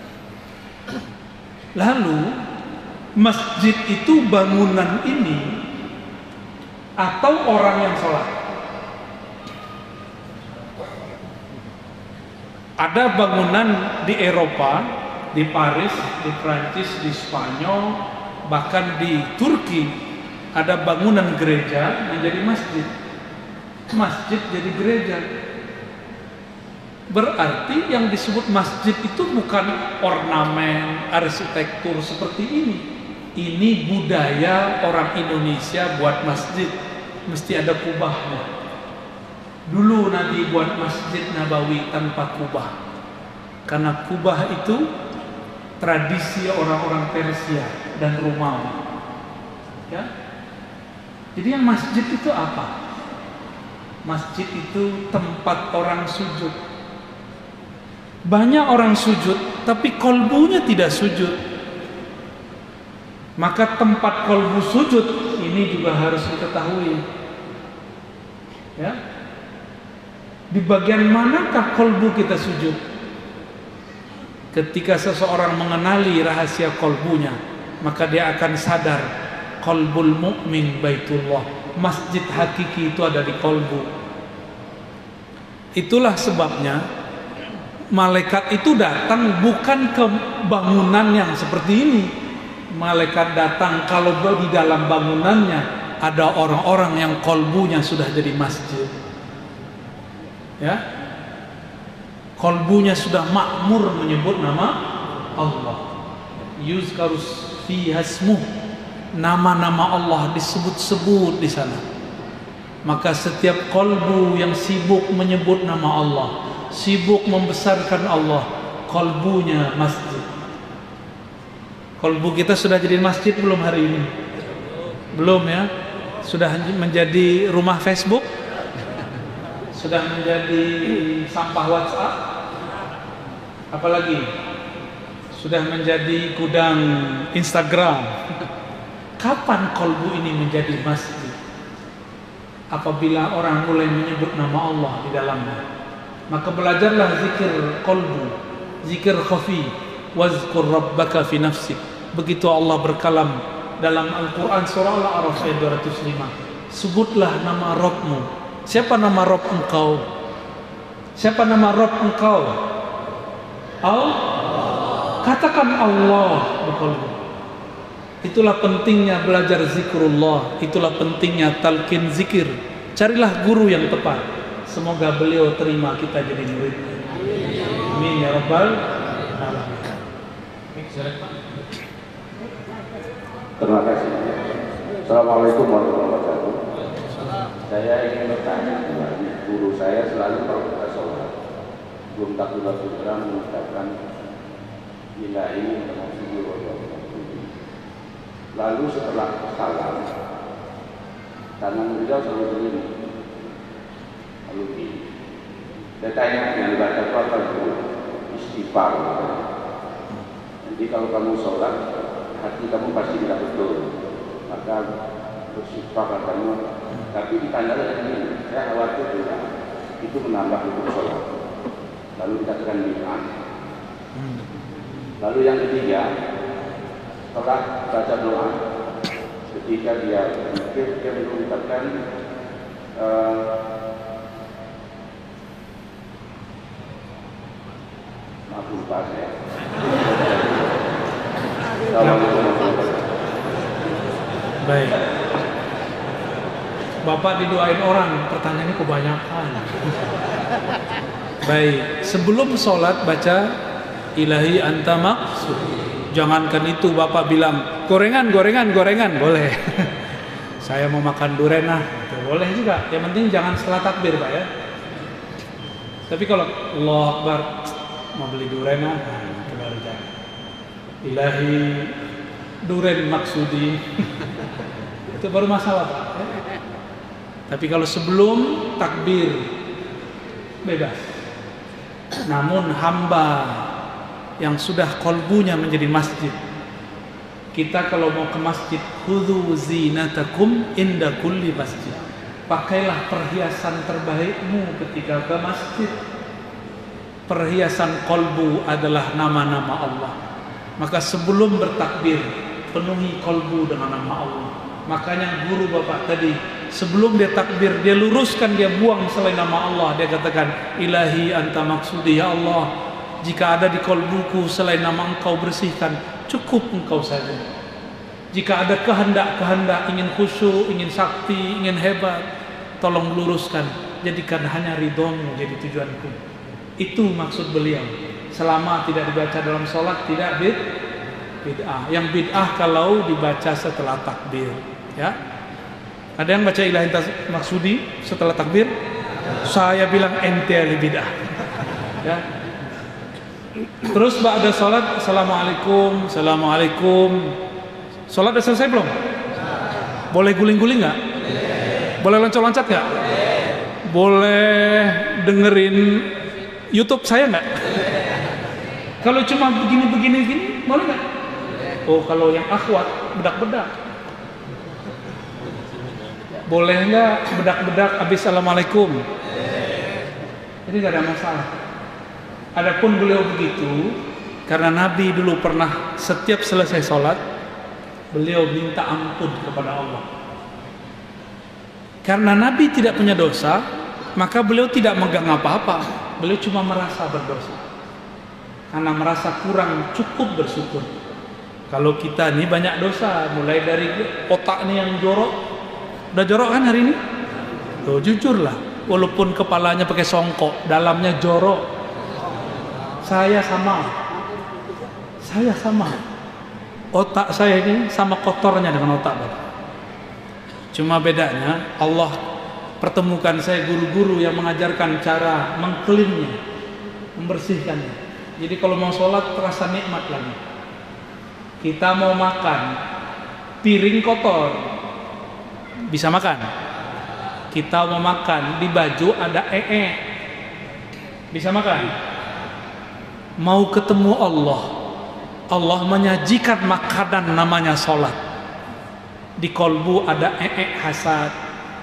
Lalu masjid itu bangunan ini atau orang yang sholat? Ada bangunan di Eropa, di Paris, di Prancis, di Spanyol, bahkan di Turki ada bangunan gereja menjadi masjid. Masjid jadi gereja. Berarti yang disebut masjid itu bukan ornamen, arsitektur seperti ini. Ini budaya orang Indonesia buat masjid. Mesti ada kubahnya. Dulu Nabi buat Masjid Nabawi tanpa kubah, karena kubah itu tradisi orang-orang Persia dan Romawi. Ya. Jadi yang masjid itu apa? Masjid itu tempat orang sujud. Banyak orang sujud, tapi kolbunya tidak sujud. Maka tempat kolbu sujud ini juga harus diketahui. Ya. Di bagian manakah kolbu kita sujud? Ketika seseorang mengenali rahasia kolbunya, maka dia akan sadar kolbul mukmin baitullah. Masjid hakiki itu ada di kolbu. Itulah sebabnya malaikat itu datang bukan ke bangunan yang seperti ini. Malaikat datang kalau di dalam bangunannya ada orang-orang yang kolbunya sudah jadi masjid. Ya, kolbunya sudah makmur menyebut nama Allah. Yuzkarus fiha ismuh, nama-nama Allah disebut-sebut di sana. Maka setiap kolbu yang sibuk menyebut nama Allah, sibuk membesarkan Allah, kolbunya masjid. Kolbu kita sudah jadi masjid belum hari ini? Belum ya? Sudah menjadi rumah Facebook? Sudah menjadi sampah WhatsApp? Apalagi? Sudah menjadi gudang Instagram. Kapan kolbu ini menjadi masjid? Apabila orang mulai menyebut nama Allah di dalamnya. Maka belajarlah zikir kolbu, zikir khafi, wazkur rabbaka fi nafsik. Begitu Allah berkalam dalam Al-Quran surah Al-A'raf ayat 205. Sebutlah nama Rabbmu. Siapa nama Rabb engkau? Siapa nama Rabb engkau? Katakan Allah berkolbu. Itulah pentingnya belajar zikrullah. Itulah pentingnya talqin zikir. Carilah guru yang tepat. Semoga beliau terima kita jadi muridnya. Amin ya rabbal alamin. Terima kasih. Assalamualaikum warahmatullahi wabarakatuh. Saya ingin bertanya, guru saya selalu kalau kita sholat belum takbiratul ihram mengucapkan ilahi lalu setelah salam tangan beliau selalu begini, lalu begini. Saya tanya yang dibaca itu apa itu? Istighfar. Jadi kalau kamu sholat hati kamu pasti tidak betul, maka bersifat kamu. Tapi ditandai dengan ini, saya khawatir juga itu menambah hukum sholat. Lalu dikatakan bid'ah. Lalu yang ketiga, setelah baca doa, ketika dia berpikir, dia mengucapkan maaf lupa saya. Baik. Bapak didoain orang, pertanyaannya kebanyakan. Baik, sebelum sholat baca ilahi anta maksud. Jangankan itu Bapak bilang gorengan, boleh. Saya mau makan durian boleh juga. Yang penting jangan setelah takbir Pak ya. Tapi kalau Allah Akbar mau beli durian itu baru jangan. Ilahi durian maksudi. Itu baru masalah Pak ya? Tapi kalau sebelum takbir bebas. Namun hamba yang sudah kolbunya menjadi masjid, kita kalau mau ke masjid, khudhu zinatakum inda kulli masjid. Pakailah perhiasan terbaikmu ketika ke masjid. Perhiasan kolbu adalah nama-nama Allah. Maka sebelum bertakbir, penuhi kolbu dengan nama Allah. Makanya guru Bapak tadi, sebelum dia takbir, dia luruskan, dia buang selain nama Allah. Dia katakan, ilahi anta maksudi, ya Allah, jika ada di kolbuku selain nama engkau, bersihkan, cukup engkau saja. Jika ada kehendak-kehendak, ingin khusyuk, ingin sakti, ingin hebat, tolong luruskan, jadikan hanya ridhomu jadi tujuanku. Itu maksud beliau. Selama tidak dibaca dalam sholat, tidak bid'ah. Yang bid'ah kalau dibaca setelah takbir. Ya, ada yang baca ilahi maksudi setelah takbir? Saya bilang ente ahli bid'ah. Ya. Terus ba'da salat, assalamualaikum, assalamualaikum. Salat udah selesai belum? Boleh guling-guling nggak? Boleh loncat-loncat nggak? Boleh dengerin YouTube saya nggak? Kalau cuma begini, boleh nggak? Oh, kalau yang akhwat bedak-bedak. Boleh nggak bedak-bedak habis assalamualaikum? Jadi nggak ada masalah. Adapun beliau begitu, karena Nabi dulu pernah setiap selesai sholat, beliau minta ampun kepada Allah. Karena Nabi tidak punya dosa, maka beliau tidak megang apa-apa. Beliau cuma merasa berdosa. Karena merasa kurang cukup bersyukur. Kalau kita ini banyak dosa, mulai dari otak nih yang jorok. Udah jorok kan hari ini? Tuh, jujurlah. Walaupun kepalanya pakai songkok, dalamnya jorok. Saya sama. Otak saya ini sama kotornya dengan otak Bapak. Cuma bedanya Allah pertemukan saya guru-guru yang mengajarkan cara mengcleannya, membersihkannya. Jadi kalau mau sholat terasa nikmat lagi. Kita mau makan, piring kotor, bisa makan. Kita mau makan, di baju ada bisa makan. Mau ketemu Allah, Allah menyajikan makanan namanya sholat. Di kolbu ada hasad,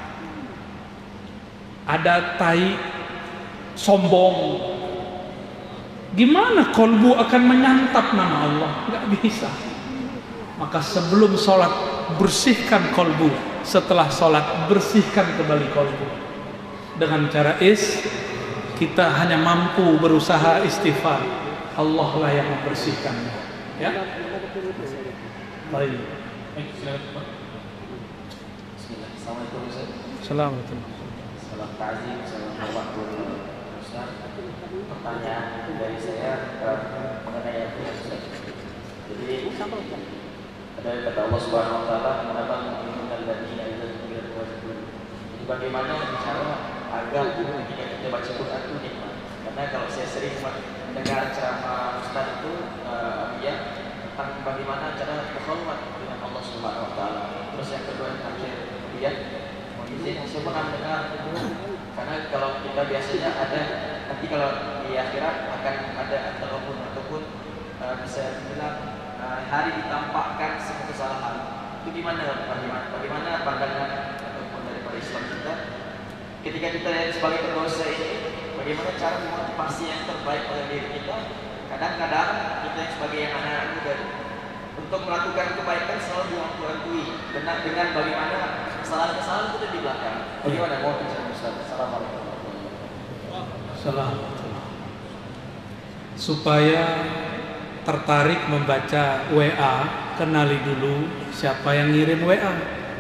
ada tai sombong. Gimana kolbu akan menyantap nama Allah? Gak bisa. Maka sebelum sholat bersihkan kolbu, setelah sholat bersihkan kembali kolbu. Dengan cara kita hanya mampu berusaha istighfar. Allah lah yang membersihkannya. Ya. Baik. Silakan. Bismillah. Assalamualaikum Ustaz. Assalamualaikum. Salam ta'zim, salam hormat Ustaz. Pertanyaan dari saya mengenai ayat Ustaz. Jadi ada kata Allah Subhanahu wa taala, "Menabang mu'minal ladzina idza dzukira wajibun." Jadi bagaimana cara agar ketika kita baca Quran itu nikmat? Karena kalau saya sering mendengar ceramah Ustaz itu tentang bagaimana cara berkhulwat dengan Allah Subhanahu wa taala. Terus yang kedua yang terakhir, kemudian saya pernah mendengar karena kalau kita biasanya ada nanti kalau di akhirat akan ada ataupun bisa dibilang hari ditampakkan semua kesalahan. Itu bagaimana pandangan ataupun daripada Islam kita ketika kita sebagai pendosa ini, bagaimana cara memotivasi yang terbaik oleh diri kita? Kadang-kadang kita yang sebagai anak-anak muda untuk melakukan kebaikan selalu diantui dengan bagaimana kesalahan-kesalahan itu di belakang. Bagaimana mau bicara Ustaz? Assalamualaikum. Assalamualaikum. Supaya tertarik membaca WA, kenali dulu siapa yang ngirim WA.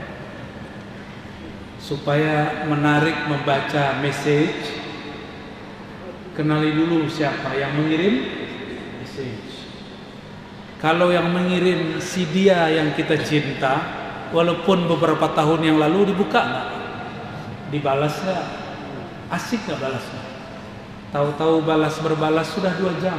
Supaya menarik membaca message, kenali dulu siapa yang mengirim message. Kalau yang mengirim si dia yang kita cinta, walaupun beberapa tahun yang lalu dibuka nggak, dibalas nggak, asik nggak balasnya. Tahu-tahu berbalas sudah 2 jam.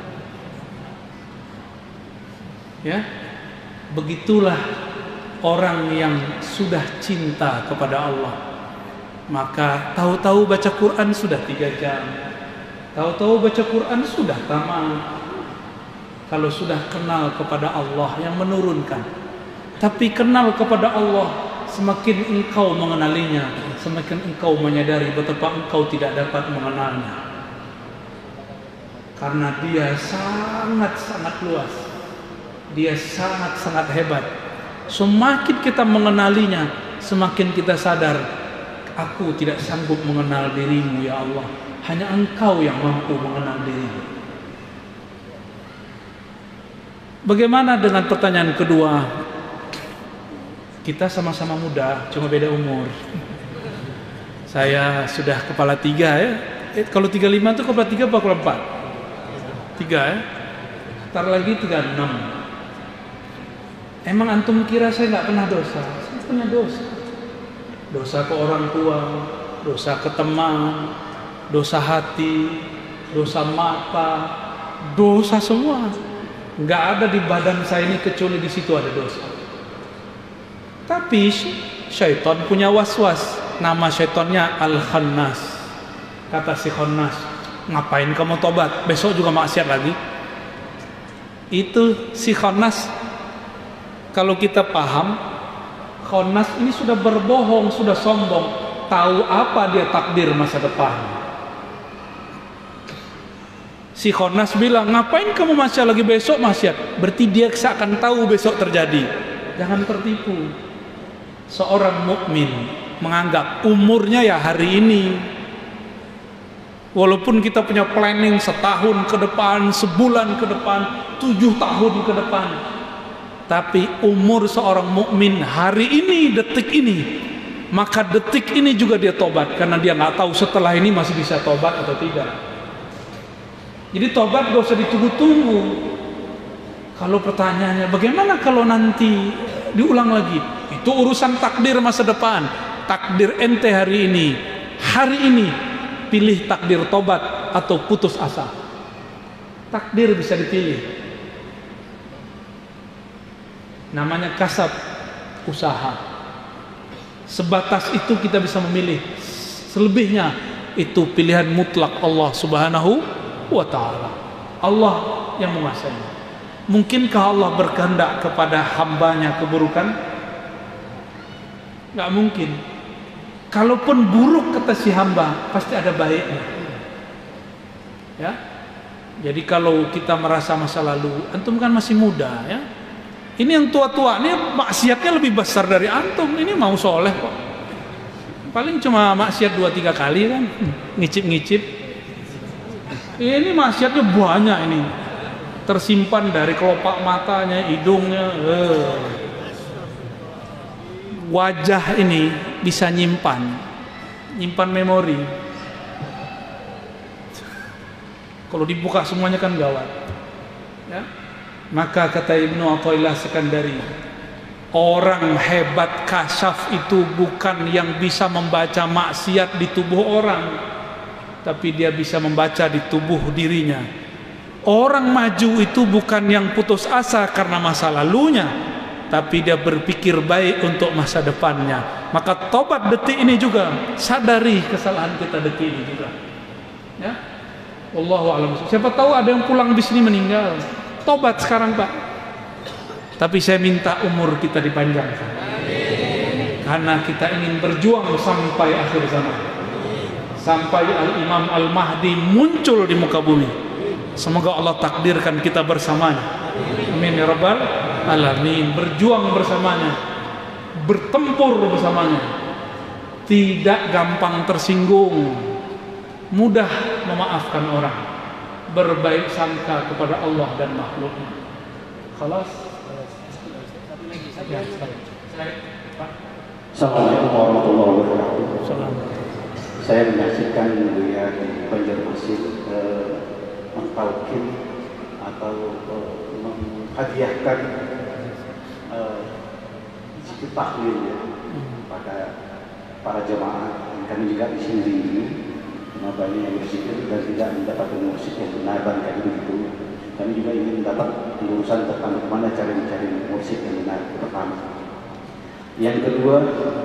Ya, begitulah orang yang sudah cinta kepada Allah. Maka tahu-tahu baca Quran sudah 3 jam. Tahu-tahu baca Quran sudah tamat. Kalau sudah kenal kepada Allah yang menurunkan. Tapi kenal kepada Allah, semakin engkau mengenalinya, semakin engkau menyadari betapa engkau tidak dapat mengenalnya. Karena dia sangat-sangat luas. Dia sangat-sangat hebat. Semakin kita mengenalinya, semakin kita sadar, aku tidak sanggup mengenal dirimu ya Allah. Hanya engkau yang mampu mengenal dirimu. Bagaimana dengan pertanyaan kedua? Kita sama-sama muda, cuma beda umur. Saya sudah kepala 3 ya. Kalau 35 itu kepala 3 apa kepala 4? 3 ya. Ntar lagi 36. Emang antum kira saya nggak pernah dosa? Saya punya dosa. Dosa ke orang tua, dosa ke teman, dosa hati, dosa mata, dosa semua. Nggak ada di badan saya ini kecuali di situ ada dosa. Tapi syaitan punya was-was. Nama syaitannya Al-Khannas. Kata si Khannas, ngapain kamu tobat? Besok juga maksiat lagi. Itu si Khannas, kalau kita paham, Khannas ini sudah berbohong, sudah sombong. Tahu apa dia takdir masa depan. Si Khannas bilang, ngapain kamu maksiat lagi, besok maksiat? Berarti dia akan tahu besok terjadi. Jangan tertipu. Seorang mukmin menganggap umurnya ya hari ini. Walaupun kita punya planning setahun ke depan, sebulan ke depan, 7 tahun ke depan, tapi umur seorang mukmin hari ini, detik ini, maka detik ini juga dia tobat, karena dia nggak tahu setelah ini masih bisa tobat atau tidak. Jadi tobat gak usah ditunggu-tunggu. Kalau pertanyaannya, bagaimana kalau nanti diulang lagi? Itu urusan takdir masa depan. Takdir ente hari ini, pilih takdir tobat atau putus asa. Takdir bisa dipilih. Namanya kasab, usaha. Sebatas itu kita bisa memilih. Selebihnya itu pilihan mutlak Allah Subhanahu wa ta'ala. Allah yang menguasai. Mungkinkah Allah berkehendak kepada hambanya keburukan? Gak mungkin. Kalaupun buruk kata si hamba, pasti ada baiknya. Ya. Jadi kalau kita merasa masa lalu, antum kan masih muda ya. Ini yang tua-tua, ini maksiatnya lebih besar dari antum. Ini mau soleh kok. Paling cuma maksiat 2-3 kali kan, ngicip-ngicip. Ini maksiatnya banyak ini. Tersimpan dari kelopak matanya, hidungnya. Wajah ini bisa nyimpan memori. Kalau dibuka semuanya kan gawat ya? Maka kata Ibnu Athaillah Sekandari, orang hebat kasyaf itu bukan yang bisa membaca maksiat di tubuh orang, tapi dia bisa membaca di tubuh dirinya. Orang maju itu bukan yang putus asa karena masa lalunya, tapi dia berpikir baik untuk masa depannya. Maka tobat detik ini juga, sadari kesalahan kita detik ini juga. Ya, wallahu a'lam. Siapa tahu ada yang pulang di sini meninggal. Tobat sekarang Pak. Tapi saya minta umur kita dipanjangkan. Karena kita ingin berjuang sampai akhir zaman. Sampai Al-Imam Al-Mahdi muncul di muka bumi. Semoga Allah takdirkan kita bersamanya. Amin ya rabbal alamin. Berjuang bersamanya, bertempur bersamanya. Tidak gampang tersinggung, mudah memaafkan orang, berbaik sangka kepada Allah dan makhluknya. Khalas. Ya, Assalamualaikum warahmatullahi wabarakatuh. Assalamualaikum. Saya menyaksikan Buya di Banjarmasin mentalkin atau menghadiahkan zikir tahlil ya, pada para jemaah. Kami juga di sini banyak yang berzikir dan tidak mendapatkan musik yang benar dan kayak begitu. Kami juga ingin mendapat lurusan tentang bagaimana cara mencari musik yang benar pertama. Yang kedua,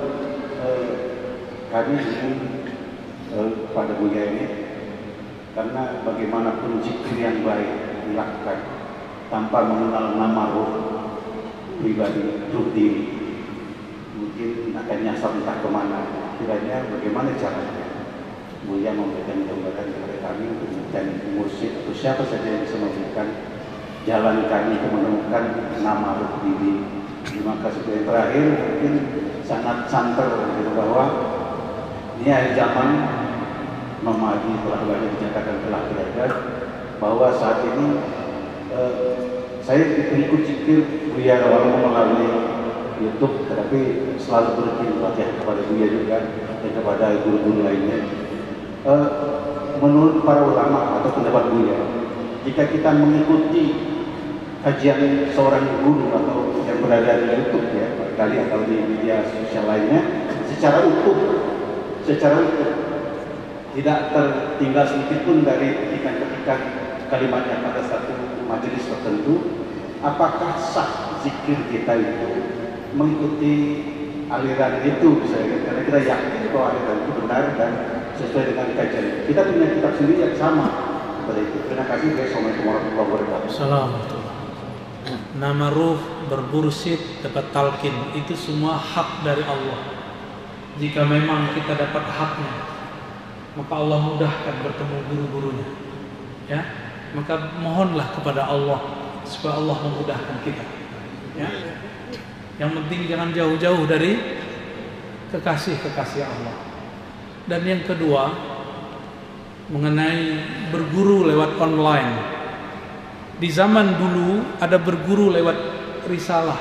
kami ingin pada Buya ini, karena bagaimanapun zikir yang baik dilakukan tanpa mengenal nama roh pribadi, roh diri, mungkin akan nyasar entah kemana. Kiranya bagaimana caranya Buya memberikan gambaran kepada kami untuk mencari mursyid atau siapa saja yang bisa memberikan jalan kami untuk menemukan nama roh diri. Terima kasih. Yang terakhir mungkin sangat santer bahwa ini hari zaman memagi telah banyak dinyatakan telah beredar bahwa saat ini saya ikut zikir Buya walaupun melalui YouTube, tetapi selalu berterima kepada Buya juga dan kepada guru-guru lainnya. Menurut para ulama atau pendapat Buya, jika kita mengikuti kajian seorang guru atau yang berada di YouTube ya, kali atau di media sosial lainnya secara utuh, secara utuh, tidak tertinggal sedikit pun dari petikan-petikan kalimatnya pada satu majelis tertentu. Apakah sah zikir kita itu mengikuti aliran itu, misalnya? Karena kita yakin bahwa aliran itu benar dan sesuai dengan kajian. Kita punya kitab sendiri yang sama pada itu. Terima kasih. Assalamualaikum warahmatullahi wabarakatuh. Assalamualaikum. Nama ruh, berbursid, dapat talqin, itu semua hak dari Allah. Jika memang kita dapat haknya, maka Allah mudahkan bertemu guru-gurunya. Ya, maka mohonlah kepada Allah supaya Allah memudahkan kita. Ya, yang penting jangan jauh-jauh dari kekasih-kekasih Allah. Dan yang kedua, mengenai berguru lewat online. Di zaman dulu ada berguru lewat risalah.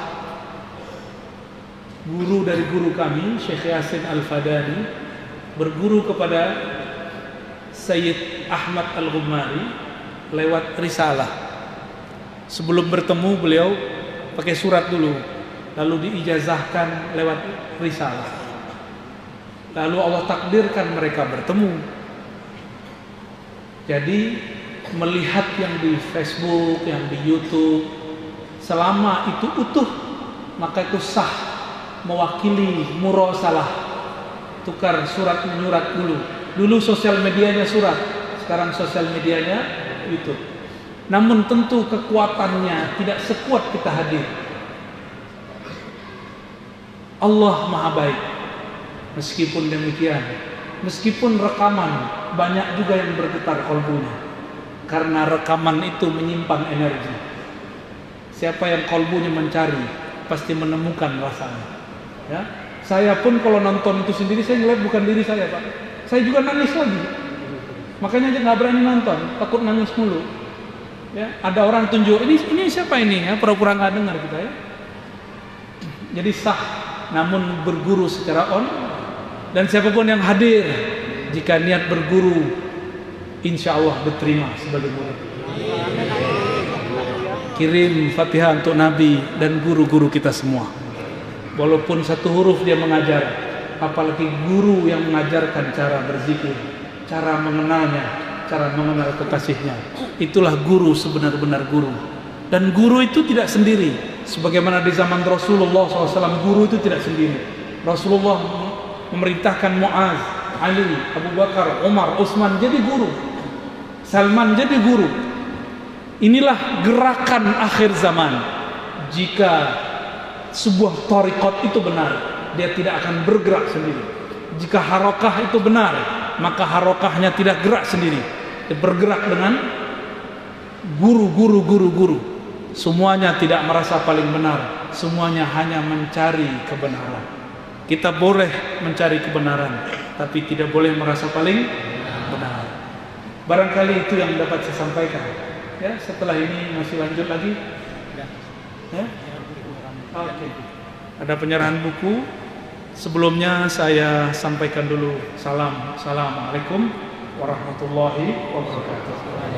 Guru dari guru kami, Syekh Yasin Al-Fadani, berguru kepada Sayyid Ahmad Al-Ghumari lewat risalah. Sebelum bertemu beliau pakai surat dulu, lalu diijazahkan lewat risalah. Lalu Allah takdirkan mereka bertemu. Jadi melihat yang di Facebook, yang di YouTube, selama itu utuh, maka itu sah mewakili murasalah, tukar surat menyurat dulu. Dulu sosial medianya surat, sekarang sosial medianya YouTube. Namun tentu kekuatannya tidak sekuat kita hadir. Allah Maha Baik. Meskipun demikian, meskipun rekaman, banyak juga yang bergetar kalbunya. Karena rekaman itu menyimpan energi. Siapa yang kalbunya mencari, pasti menemukan rasanya. Ya, saya pun kalau nonton itu sendiri, saya ngeliat bukan diri saya, Pak. Saya juga nangis lagi. Makanya aja nggak berani nonton, takut nangis mulu. Ya, ada orang tunjuk, ini siapa ini? Ya, pura-pura nggak dengar kita ya. Jadi sah, namun berguru secara on. Dan siapapun yang hadir, jika niat berguru, insya Allah diterima sebagai murid. Kirim Fatihah untuk Nabi dan guru-guru kita semua. Walaupun satu huruf dia mengajar, apalagi guru yang mengajarkan cara berzikir, cara mengenalnya, cara mengenal kekasihnya. Itulah guru, sebenar-benar guru. Dan guru itu tidak sendiri. Sebagaimana di zaman Rasulullah SAW, guru itu tidak sendiri. Rasulullah memerintahkan Muaz, Ali, Abu Bakar, Umar, Utsman jadi guru, Salman jadi guru. Inilah gerakan akhir zaman. Jika sebuah thariqat itu benar, dia tidak akan bergerak sendiri. Jika harokah itu benar, maka harokahnya tidak gerak sendiri. Dia bergerak dengan guru. Semuanya tidak merasa paling benar, semuanya hanya mencari kebenaran. Kita boleh mencari kebenaran, tapi tidak boleh merasa paling benar. Barangkali itu yang dapat saya sampaikan. Ya, setelah ini masih lanjut lagi. Ya? Oke. Ada penyerahan buku. Sebelumnya saya sampaikan dulu salam. Assalamualaikum warahmatullahi wabarakatuh.